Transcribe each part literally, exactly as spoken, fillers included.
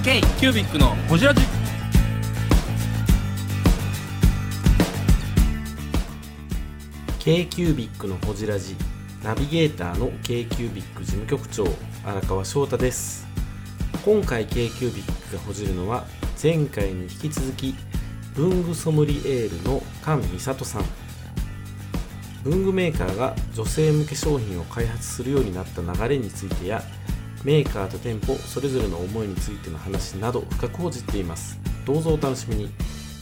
K キュービックのホジラジ。 K キュービックのホジラジナビゲーターの K キュービック事務局長荒川翔太です。今回 K キュービックがほじるのは前回に引き続き文具ソムリエールの菅美里さん。文具メーカーが女性向け商品を開発するようになった流れについてやメーカーと店舗それぞれの思いについての話など深く報じています。どうぞお楽しみに。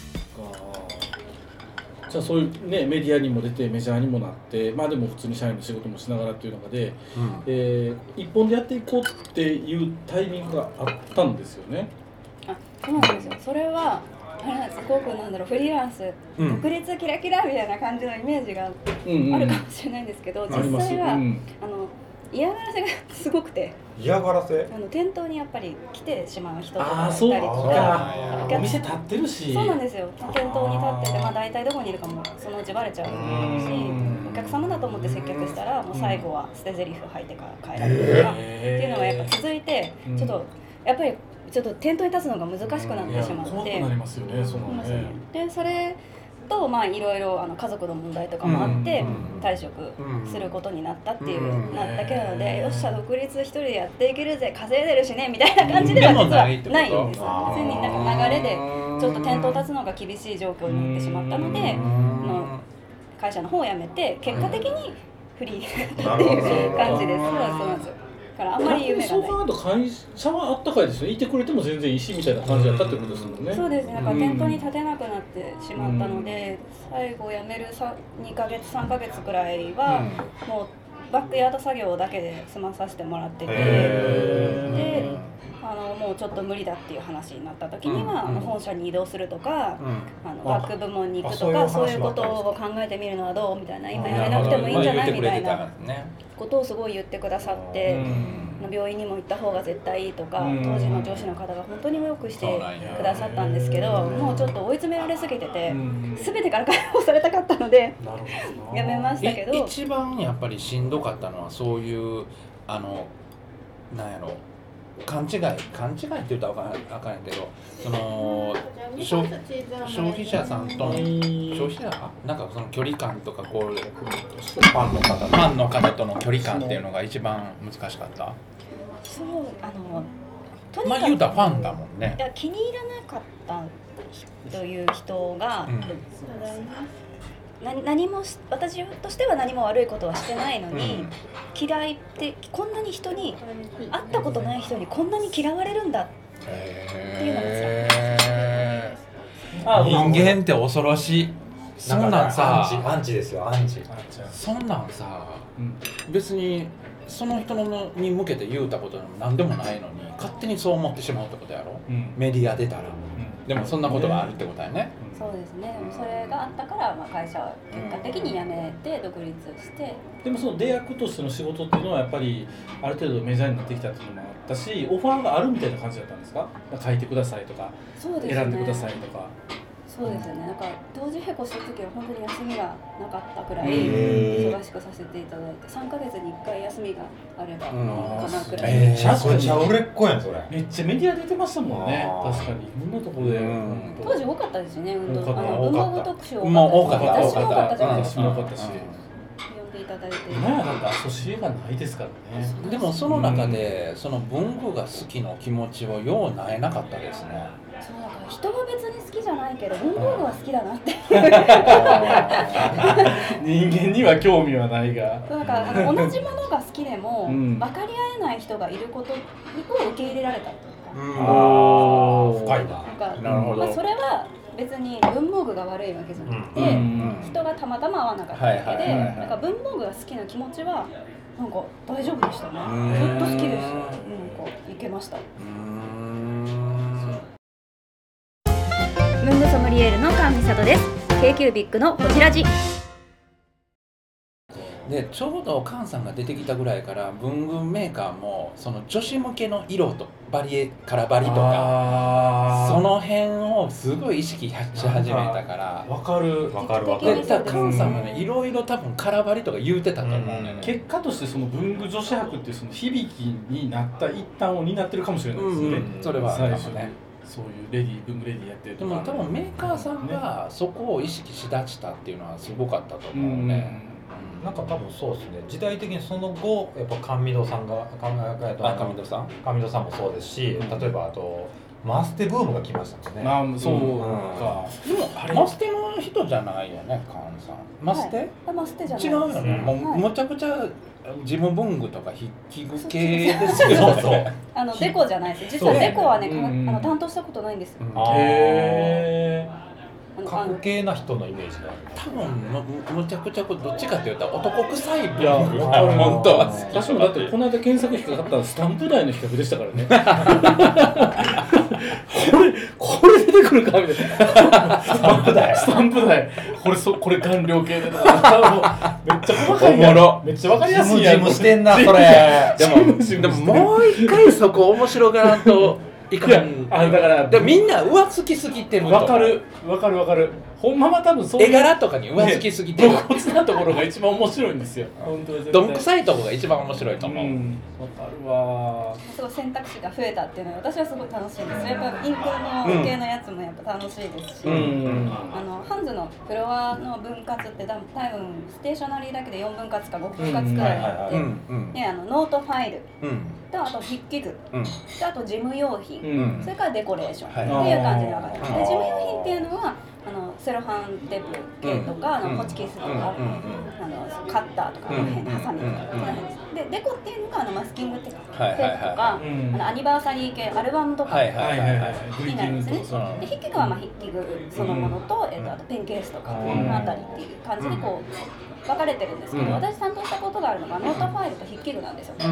じゃあそういうねメディアにも出てメジャーにもなって、まあでも普通に社員の仕事もしながらっていう中で、うんえー、一本でやっていこうっていうタイミングがあったんですよね。 あ、そうなんですよ。それはあれなんです。すごくなんだろうフリーランス、うん、独立キラキラみたいな感じのイメージがあるかもしれないんですけど、うんうん、実際はあ、うん、あの嫌がらせがすごくて。 嫌がらせ？ あの店頭にやっぱり来てしまう人とかいたりとか、お店立ってるし、 そうなんですよ。店頭に立ってて、まあ大体どこにいるかもそのうちバレちゃうし、お客様だと思って接客したらもう最後は捨て台詞吐いてから帰られるとか、えー、っていうのがやっぱ続いて、ちょっとやっぱりちょっと店頭に立つのが難しくなってしまって、 怖くなりますよね。そのね。 でそれとまあいろいろあの家族の問題とかもあって退職することになったっていうなったけなので、よっしゃ独立一人でやっていけるぜ稼いでるしねみたいな感じでは実はないんです。別になんか流れでちょっと店頭立つのが厳しい状況になってしまったので、の会社の方を辞めて結果的にフリーになったっていう感じです。そうなんですよ。からあんまり夢がない。 そう考えると会社はあったかいですよね。いてくれても全然いいしみたいな感じだったってことですもんね。 そうですね。なんか店頭に立てなくなってしまったので、最後辞めるにかげつさんかげつくらいはもうバックヤード作業だけで済まさせてもらってて、であのもうちょっと無理だっていう話になった時には、うん、本社に移動するとか、うん、あのバック部門に行くとか、そういうことを考えてみるのはどうみたいな、今やめなくてもいいんじゃないみたいなことをすごい言ってくださって、うん、病院にも行った方が絶対いいとか、うん、当時の上司の方が本当によくしてくださったんですけど、もうちょっと追い詰められすぎてて、うん、全てから解放されたかったのでやめましたけど、 一番やっぱりしんどかったのはそういうあのなんやろ勘違い勘違いって言ったらあかんやけど、その消費者さんとの消費者なんかその距離感とかこうファンの方ファンの方との距離感っていうのが一番難しかった。 そうあのとにかくまあ言うたらファンだもんね。 いや気に入らなかったという人が、うん何も私としては何も悪いことはしてないのに、うん、嫌いってこんなに人に会ったことない人にこんなに嫌われるんだっていうのが辛い。 人間って恐ろしい。そんなんさアンチ、アンチですよアンチ。 そんなんさ、うん、別にその人のに向けて言うたことでも何でもないのに勝手にそう思ってしまうってことやろ、うん、メディア出たら、うん、でもそんなことがあるってことやね。 そうですね。でもそれがあったから、まあ、会社は結果的に辞めて独立して、 うん、でもその出役としての仕事っていうのはやっぱりある程度メジャーになってきたっていうのもあったし、オファーがあるみたいな感じだったんですか？書いてくださいとか、そうですね、選んでくださいとか。 そうですね。なんか同時並行してる時は本当に休みがなかったくらい忙しくさせていただいて、さんかげつにいっかい休みがあればかなくらい。 めっちゃ売れっ子やんそれ。 めっちゃメディア出てましたもんね。確かにいろんなところで、うん、 当時多かったですね。運動あの文房具特集多かった。 私も多かったじゃないですか。 私も多かったし。 呼んでいただいて。 今やなんかアソシエがないですからね。 でもその中でその文具が好きの気持ちをようなえなかったですね。 そうだから人は別に好きじゃないけど文房具は好きだなって人間には興味はないが、 なんかあの同じものが好きでも、うん、分かり合えない人がいることを受け入れられたというか、 うん、あ深いな。 なんかなるほど、まあ、それは別に文房具が悪いわけじゃなくて、うん、人がたまたま合わなかっただけで、なんか文房具が好きな気持ちはなんか大丈夫でしたね。ずっと好きです。なんかいけました。文具ソムリエールの菅美里です。 K キュービックのホジラジで、ちょうど菅さんが出てきたぐらいから文具メーカーもその女子向けの色とバリエ空張りとかその辺をすごい意識し始めたからわかるわかるわかる。 でだから菅さんもねいろいろ多分空張りとか言うてたと思うね、 うん、結果としてその文具女子博っていうその響きになった一端を担ってるかもしれないですね、うんうん、 それは最初ねそういうレディー文具レディーやってるとかでも多分メーカーさんがそこを意識しだしたっていうのはすごかったと思うね、 うん、なんか多分そうですね時代的にその後やっぱ甘味堂さんが甘味堂さん甘味堂さんもそうですし、うん、例えばあとマステブームが来ましたもんね。 まあそうか、 うん、でもあれマステの人じゃないよね菅さんマステ、はい、 マステじゃない違うよね、 うん、 もう、はい、むちゃくちゃ事務文具とか筆記具系ですよねそうそうあのデコじゃないです実はデコはね、うん、あの担当したことないんですよ、うん、 へー過去系な人のイメージがある多分むちゃくちゃどっちかっていうと男臭い文具いや本当は私もだってこの間検索引っかかったらスタンプ台の比較でしたからねこれこれ出てくるかみたいなスタンプ台スタンプ台これそこれ顔料系でとかめっちゃ細かいやんめっちゃわかりやすいやんジムジムしてんなそれでもでももう一回そこ面白がらんといかんあだからでもみんな上つきすぎてるとわかるわかるわかるほんまは多分そういう絵柄とかに上つきすぎてる、 ね、露骨なところが一番面白いんですよ本当にどんくさいところが一番面白いと思う、 うん、わかるわすごい選択肢が増えたっていうのは私はすごい楽しいですやっぱインクの系のやつもやっぱ楽しいですし、うん、あのハンズのフロアの分割って多分ステーショナリーだけでよんぶん割かごぶん割くらいあってノートファイル、うんとあと筆記具、うん、とあと事務用品、うん、それからデコレーションっていう感じで分かれてます、で事務用品っていうのはあのセロハンテープ系とか、うん、あのホチキスとか、うん、あのカッターとか、うん、ハサミとか、うん、その辺ですでデコっていうのがあのマスキングテープとか、はいはいはいあのアニバーサリー系アルバムとかになるんですね、で筆記具はまあ筆記具そのものと、えー、とあとペンケースとか、このあたりっていう感じでこう分かれてるんですけど、うん、私担当したことがあるのがノートファイルと筆記具なんですよ、うん、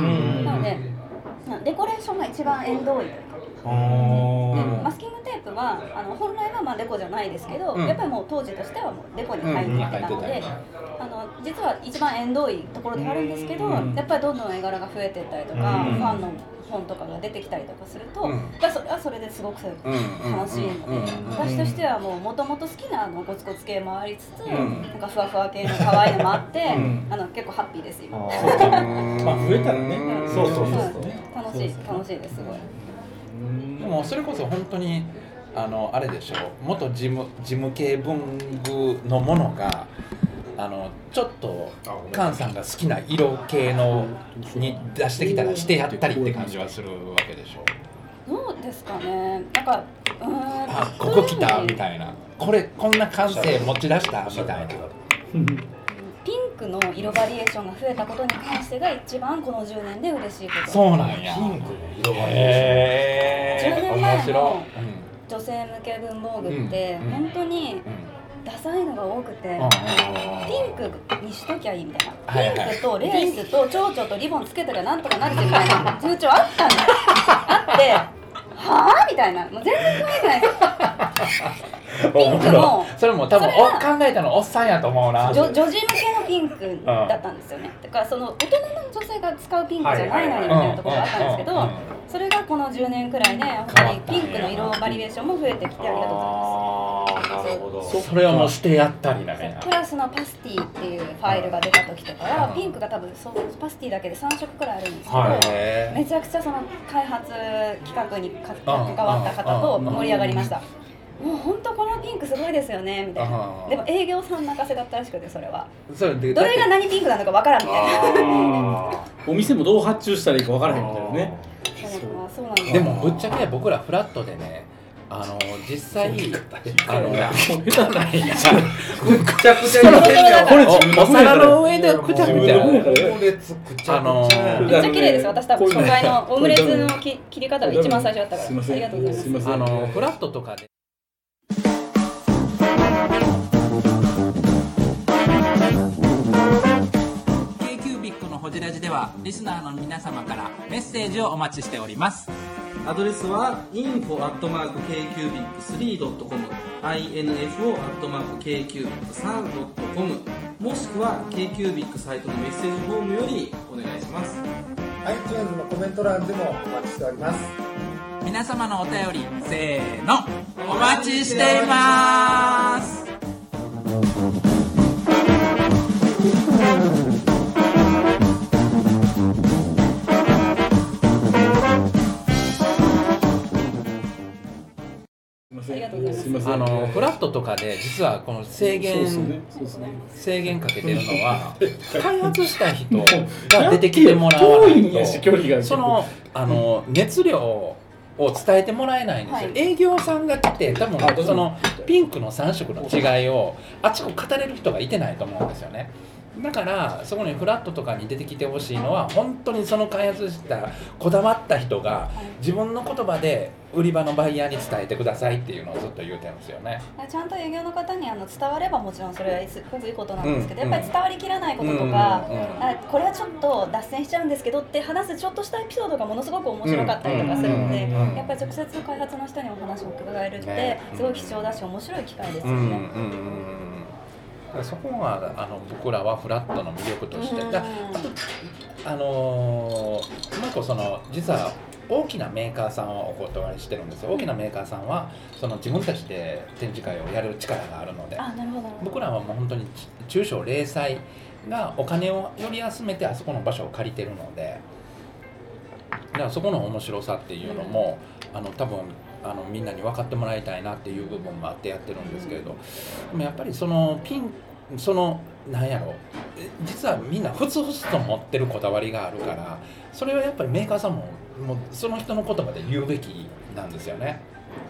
なのでデコレーションが一番縁遠いというかでマスキングテープはあの本来はまあデコじゃないですけど、うん、やっぱりもう当時としてはもうデコに入ってたので、うん、あの実は一番縁遠いところではあるんですけど、うん、やっぱりどんどん絵柄が増えていったりとか、うん、ファンの本とかが出てきたりとかすると、うん、それはそれですごく楽しいので、私としてはもともと好きなのゴツゴツ系もありつつ、うん、なんかふわふわ系の可愛いのもあって、うん、あの結構ハッピーです今。まあ増えたらね、 うん、 そうそうそうそう楽しい楽しいですすごい。 でもそれこそ本当にあのあれでしょ元事務事務系文具のものがあのちょっと菅さんが好きな色系のに出してきたらしてやったりって感じはするわけでしょ。 どうですかね。なんかうーんあここ来たみたいなこれこんな感性持ち出したみたいな。 ピンクの色バリエーションが増えたことに関してが一番このじゅうねんで嬉しいこと。 そうなんや。 ピンクの色バリエーション。 じゅうねんまえの女性向け文房具って本当にダサいのが多くて、ピンクにしときゃいいみたいな、ピンクとレースと蝶々とリボンつけたらなんとかなるみたいな風潮あったんですあってはぁみたいな、もう全然可愛くないですピンクもそれも多分考えたのおっさんやと思うな。 女児向けのピンクだったんですよね。だからその大人の女性が使うピンクじゃないのにみたいなところがあったんですけど、それがこのじゅうねんくらいでやっぱりピンクの色バリエーションも増えてきてありがとうございます。 なるほど。 それをもうしてやったりだね。 プラスのパスティっていうファイルが出た時とかはピンクが多分そうパスティだけでさんしょくくらいあるんですけど、めちゃくちゃその開発企画に関わった方と盛り上がりました。もう本当このピンクすごいですよねみたいな。でも営業さん任せだったらしくて、それはそれでどれが何ピンクなのかわからんみたいな。 お店もどう発注したらいいかわからへんみたいなね。 そうなんです。 でもぶっちゃけ僕らフラットでね、あの実際あの下手ないやくちゃくちゃにこれお皿の上でくちゃくちゃあのめっちゃ綺麗です。私多分初回のオムレツの切り方が一番最初だったから。ありがとうございます。 あのフラットとかでホジラジではリスナーの皆様からメッセージをお待ちしております。 アドレスは インフォ アットマーク ケーキュービックスリー ドット コム インフォ アットマーク ケーキュービックスリー ドット コム もしくは KQBIC サイトのメッセージフォームよりお願いします。 iTunes のコメント欄でもお待ちしております。 皆様のお便りせーのお待ちしています。 ありがとうございます。 あのフラットとかで実はこの制限、 そうですねそうですね制限かけてるのは開発した人が出てきてもらわない遠いんやし距離がとそのあの熱量を伝えてもらえないんですよ、はい、営業さんが来て多分そのピンクのさん色の違いをあっちこ語れる人がいてないと思うんですよね。だからそこにフラットとかに出てきてほしいのは本当にその開発したこだわった人が自分の言葉で売り場のバイヤーに伝えてくださいっていうのをずっと言うてるんですよね。 ちゃんと営業の方にあの伝わればもちろんそれはすごくいいことなんですけど、うん、やっぱり伝わりきらないこととか、うんうん、あこれはちょっと脱線しちゃうんですけどって話すちょっとしたエピソードがものすごく面白かったりとかするので、やっぱり直接開発の人にお話を伺えるってすごい貴重だし面白い機会ですよね。うんうんうんそこがあの僕らはフラットの魅力として、だあとあのー、もう一個その実は大きなメーカーさんはお断りしてるんですよ。大きなメーカーさんはその自分たちで展示会をやる力があるので、 あ、なるほど。 僕らはもう本当に中小零細がお金をより集めてあそこの場所を借りてるので、だからそこの面白さっていうのも、うん、あの多分あのみんなに分かってもらいたいなっていう部分があってやってるんですけれど、でもやっぱりそのピンそのなんやろ実はみんなふつふつと持ってるこだわりがあるから、それはやっぱりメーカーさんももうその人の言葉で言うべきなんですよね。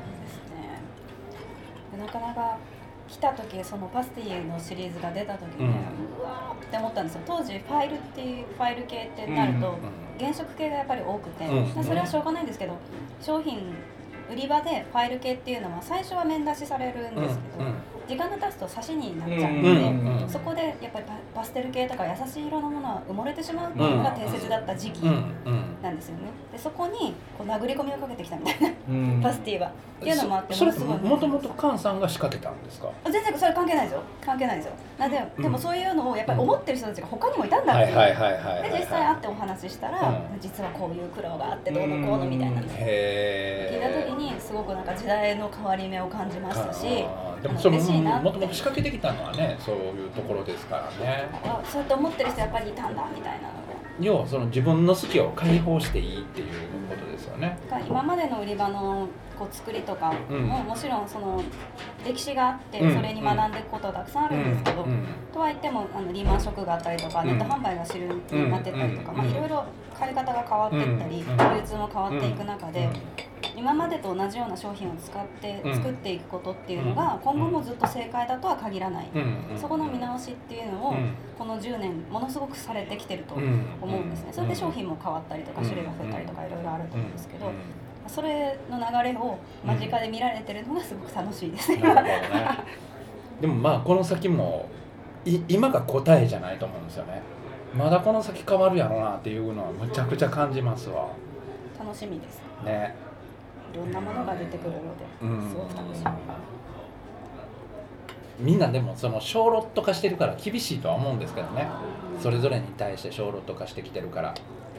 なかなか来た時そのパスティのシリーズが出た時に、ね、うん、うわーって思ったんですよ。当時ファイルっていうファイル系ってなると、うん、原色系がやっぱり多くて、うん、それはしょうがないんですけど、商品売り場でファイル系っていうのは最初は面出しされるんですけど、うんうん、時間が経つと差しになっちゃうので、うんうん、そこでやっぱりパステル系とか優しい色のものは埋もれてしまうっていうのが定説だった時期なんですよね。でそこにこう殴り込みをかけてきたみたいな、うん、パスティはっていうのもあって、 それもともとカンさんが仕掛けたんですか？ 全然それ関係ないですよ。関係ないですよ。なんで、でもそういうのをやっぱり思ってる人たちが他にもいたんだっていう。で実際会ってお話ししたら、うん、実はこういう苦労があってどうのこうのみたいなのを聞いた時にすごくなんか時代の変わり目を感じましたし、 でもそのもともと仕掛けてきたのはね、そういうところですからね。 あ、そうやって思ってる人やっぱりいたんだみたいなので。 要はその自分の好きを解放していいっていうことですよね。 今までの売り場のこう作りとかも、うん、もちろんその歴史があってそれに学んでいくことはたくさんあるんですけど、うんうん、とはいってもあのリーマンショックがあったりとか、うん、ネット販売が主流になってったりとか、まあ、いろいろ買い方が変わっていったり、流通も変わっていく中で、今までと同じような商品を使って作っていくことっていうのが今後もずっと正解だとは限らない、そこの見直しっていうのをこのじゅうねんものすごくされてきてると思うんですね。それで商品も変わったりとか種類が増えたりとかいろいろあると思うんですけど、それの流れを間近で見られてるのがすごく楽しいですね。なるほどね。 でもまあこの先もい今が答えじゃないと思うんですよね。まだこの先変わるやろうなっていうのはむちゃくちゃ感じますわ。 楽しみですね。 いろんなものが出てくるので、すごく楽しみ。みんなでもその小ロット化してるから厳しいとは思うんですけどね。それぞれに対して小ロット化してきてるから。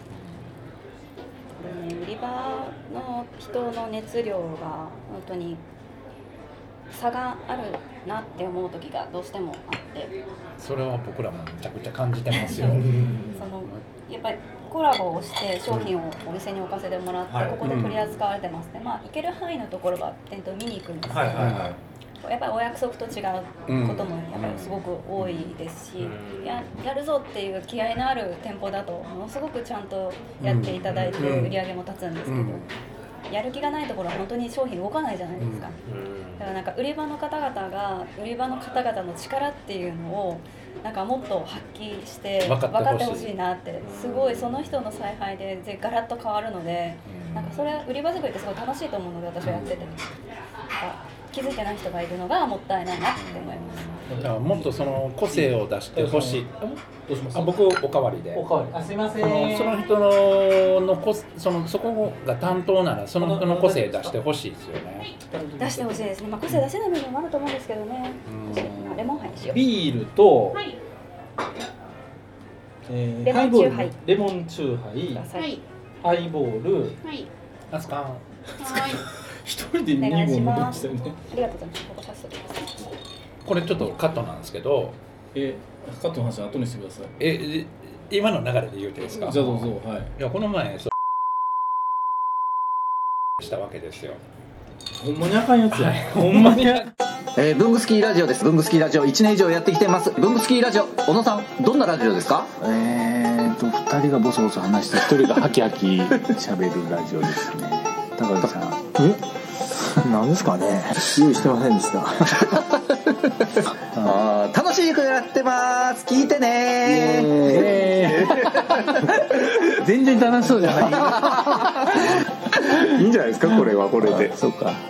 売り場の人の熱量が本当に差があるなって思う時がどうしてもあって、 それは僕らもめちゃくちゃ感じてますよ。 そのやっぱりコラボをして商品をお店に置かせてもらって、はい、ここで取り扱われてますね、うん、まあ行ける範囲のところは店頭見に行くんですけど、はいはいはい、やっぱりお約束と違うこともやっぱりすごく多いですし、うん、や, やるぞっていう気合いのある店舗だとものすごくちゃんとやっていただいて売り上げも立つんですけど、うんうん、やる気がないところは本当に商品動かないじゃないですか、うん、だからなんか売り場の方々が売り場の方々の力っていうのをなんかもっと発揮して分かってほしいなって、すごいその人の采配でガラッと変わるので、なんかそれ売り場作りってすごい楽しいと思うので私はやってて、気づいてない人がいるのがもったいないなって思います。 だからもっとその個性を出してほしい。どうします？あ、僕おかわりで。 おかわり。あ、すいません。 その人ののこそのそこが担当ならその人の個性出してほしいですよね。 出してほしいですね。まあ個性出せない部分もあると思うんですけどね。レモンハイにしよう。 ビールと、はい、えー、 レモンチューハイ、 レモンチューハイ、はい、ハイボール、 はい、アスカン。 はい一人でにお願いしぼん持ってますきたよね。 ありがとうございますここさせてくださいこれちょっとカットなんですけど、 えカットの話は後にしてください。 え今の流れで言うていいですか？ じゃあどうぞ。はい。 いやこの前そうしたわけですよ。 ほんまにあかんやつや。ほんまにあかん。 えー、ブングスキーラジオです。ブングスキーラジオいちねん以上やってきてます。ブングスキーラジオ、小野さん、どんなラジオですか？ えーとふたりがボソボソ話してひとりがハキハキ喋るラジオですね。高木さん、えなんですかね、用意してませんでしたあー楽しくやってます。聞いてねえー、全然楽しそうじゃないいいんじゃないですか、これはこれで。そうか。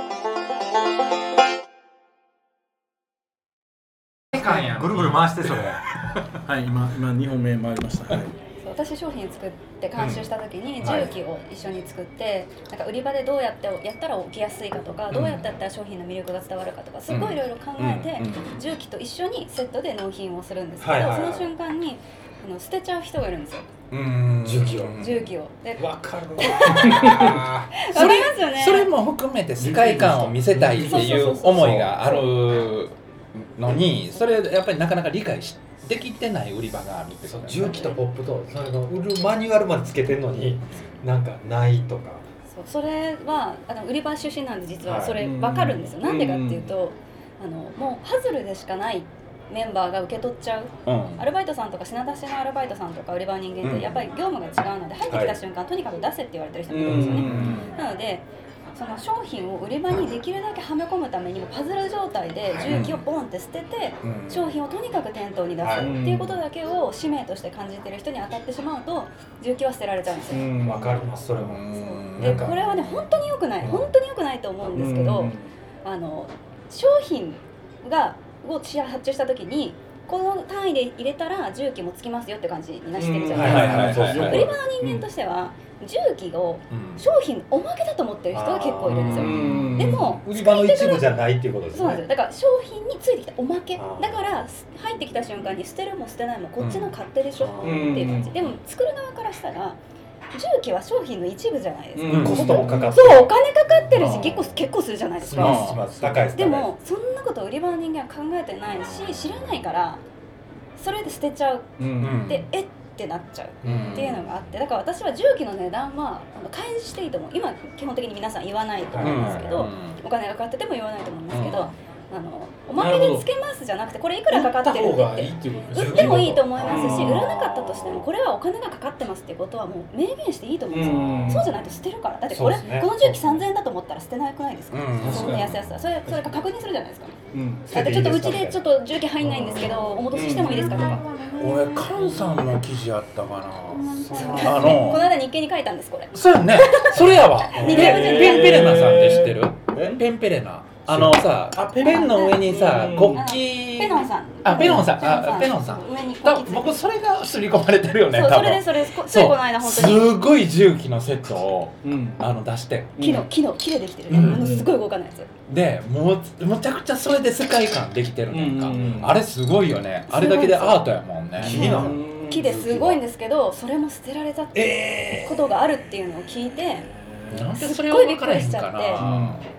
ぐるぐる回してそれはい今今にほんめ回りました。はい。 そう私商品作って監修した時に重機を一緒に作って、なんか売り場でどうやってやったら置きやすいかとか、どうやってやったら商品の魅力が伝わるかとかすごいいろいろ考えて、重機と一緒にセットで納品をするんですけど、 はいはいはいその瞬間にあの捨てちゃう人がいるんですよ、 うん重機を重機を。でわかるそれわかりますよね。 それも含めて世界観を見せたいっていう思いがあるのに、それやっぱりなかなか理解しできてない売り場があるってこと。 重機とポップとそれの売るマニュアルまでつけてるのになんかないとか。 そうそれはあの売り場出身なんで実ははいそれ分かるんですよ、なんでかっていうとあのもうハズルでしかないメンバーが受け取っちゃう、 うんアルバイトさんとか品出しのアルバイトさんとか売り場の人間ってやっぱり業務が違うので入ってきた瞬間、とにかく出せって言われてる人もいるんですよね。なのでその商品を売り場にできるだけはめ込むためにもパズル状態で重機をボンって捨てて、 うん商品をとにかく店頭に出すっていうことだけを使命として感じてる人に当たってしまうと重機は捨てられちゃうんですよ。 わかりますそれも。 うんでこれはね本当に良くない本当に良くないと思うんですけど、あの商品がを発注した時にこの単位で入れたら重機もつきますよって感じになしてるじゃないですか。売り場の人間としては重機を商品おまけだと思ってる人が結構いるんですよ。でも売り場の一部じゃないっていうことですね。 そうなんですよ。だから商品についてきたおまけだから入ってきた瞬間に捨てるも捨てないもこっちの勝手でしょっていう感じ。でも作る側からしたら重機は商品の一部じゃないですか。 コストもかかってそうお金かかってるし結構結構するじゃないですか。 します高いです。 でもそんなこと売り場の人間は考えてないし知らないからそれで捨てちゃう、 うん、 でえってなっちゃうっていうのがあって、だから私は重機の値段は開示していいと思う。今基本的に皆さん言わないと思うんですけど、お金がかかってても言わないと思うんですけど、あのおまけでつけますじゃなくてこれいくらかかってるんでって売ってもいいと思いますし、売らなかったとしてもこれはお金がかかってますっていうことはもう明言していいと思うんですよ。そうじゃないと捨てるから。だってこれ、ね、この重機さんぜんえんだと思ったら捨てなくないですか。そんな安々それそれか確認するじゃないですか。うん、だってちょっとうちでちょっと重機入んないんですけどお戻ししてもいいですかとか。 俺菅さんの記事あったかな。 あのこの間日経に書いたんですこれ。 そうやね。それやわ。ペンペレナさんって知ってる？ペンペレナ。あのさ、ペンの上にさ、国旗。 ペノンさん。 あ、ペノンさん。あ、ペノンさん。 上に国旗。 僕それが刷り込まれてるよね。 そう、それでそれ、それこの間本当に。 すごい重機のセットをあの出して。 木の木の木でできてるね。ものすごい動かないやつ。 で、もうむちゃくちゃそれで世界観できてるねんか。あれすごいよね。あれだけでアートやもんね。 木なの。 木ですごいんですけど、それも捨てられたことがあるっていうのを聞いて、すっごいびっくりしちゃって。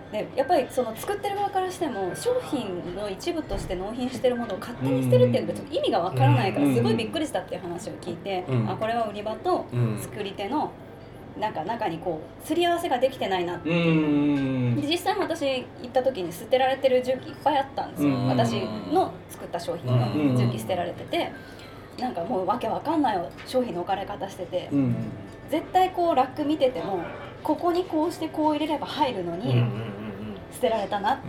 でやっぱりその作ってる側からしても商品の一部として納品してるものを勝手に捨てるっていうのがちょっと意味がわからないからすごいびっくりしたっていう話を聞いて、うん、あこれは売り場と作り手のなんか中にこうすり合わせができてないなって。で実際も私行った時に捨てられてる重機いっぱいあったんですよ。私の作った商品が重機捨てられてて、なんかもうわけわかんない商品の置かれ方してて、絶対こうラック見ててもここにこうしてこう入れれば入るのに捨てられたなって、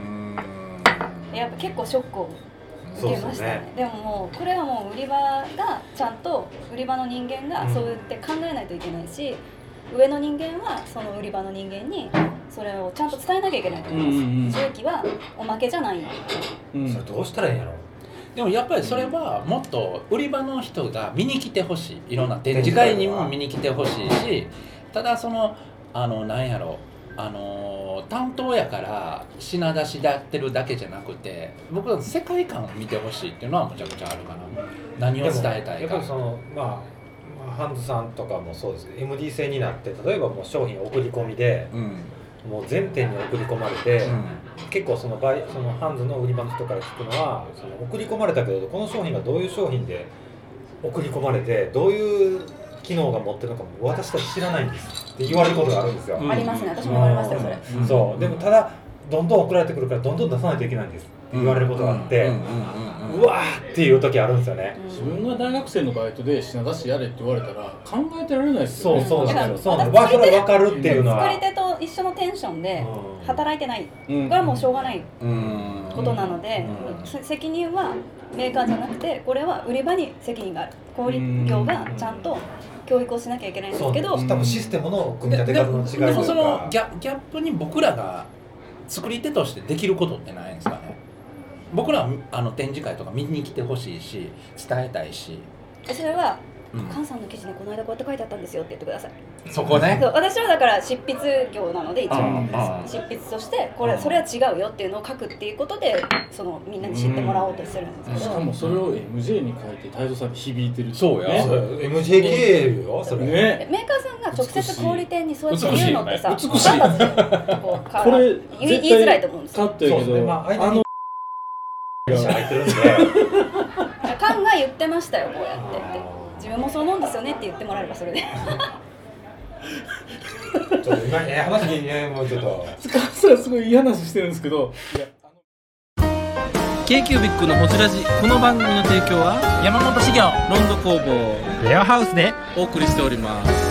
やっぱ結構ショックを受けましたね。ねでももうこれはもう売り場がちゃんと売り場の人間がそうやって考えないといけないし、うん、上の人間はその売り場の人間にそれをちゃんと伝えなきゃいけないと思います。重機はおまけじゃない、 うん、それどうしたらいいんやろ。 でもやっぱりそれはもっと売り場の人が見に来てほしい。いろんな展示会にも見に来てほしいし、ただそのあのなんやろあの担当やから品出しでやってるだけじゃなくて、僕は世界観を見てほしいっていうのはむちゃくちゃあるかな。何を伝えたいか。 やっぱりそのまあハンズさんとかもそうですけど エムディー 製になって例えばもう商品送り込みで、うん、もう全店に送り込まれて、うん、結構その場合そのハンズの売り場の人から聞くのはその送り込まれたけどこの商品がどういう商品で送り込まれてどういう機能が持ってるのかも私たち知らないんですって言われることがあるんですよ、 うん、ありますね私も言われましたよそれ、 うん、そうでもただどんどん送られてくるからどんどん出さないといけないんですって言われることがあってうわーっていう時あるんですよね。 自分が大学生のバイトで品出しやれって言われたら考えてられないですよね。 そうそうなんですよ。そうなんです。それ分かるっていうのは作り手と一緒のテンションで働いてないこれはもうしょうがないことなので責任はメーカーじゃなくてこれは売り場に責任がある小売業がちゃんと教育をしなきゃいけないんですけど多分システムの組み立て方の違いとかでもそのギャ、ギャップに僕らが作り手としてできることってないんですかね。僕らはあの展示会とか見に来てほしいし伝えたいしそれは菅さんの記事にこの間こうやって書いてあったんですよって言ってください。 そこね。 私はだから執筆業なので一応執筆としてこれそれは違うよっていうのを書くっていうことでそのみんなに知ってもらおうとしてるんですけど。 しかもそれを エムジェー に書いて太蔵さんに響いてる。 そうや。 ね、 エムジェー 経営よそれ。 ね。 メーカーさんが直接小売店にそうやって言うのってさ、 美しい。 こうこれ言いづらいと思うんですよ。 カットやけど、 まああの入ってるんで。 カンが言ってましたよこうやってって。自分もそう思うんですよねって言ってもらえればそれで。 ちょっと今ええ話にねもうちょっと。 それはすごいいい話してるんですけど。 k q ビックのホジラジこの番組の提供は山本資源ロンド工房レアハウスでお送りしております。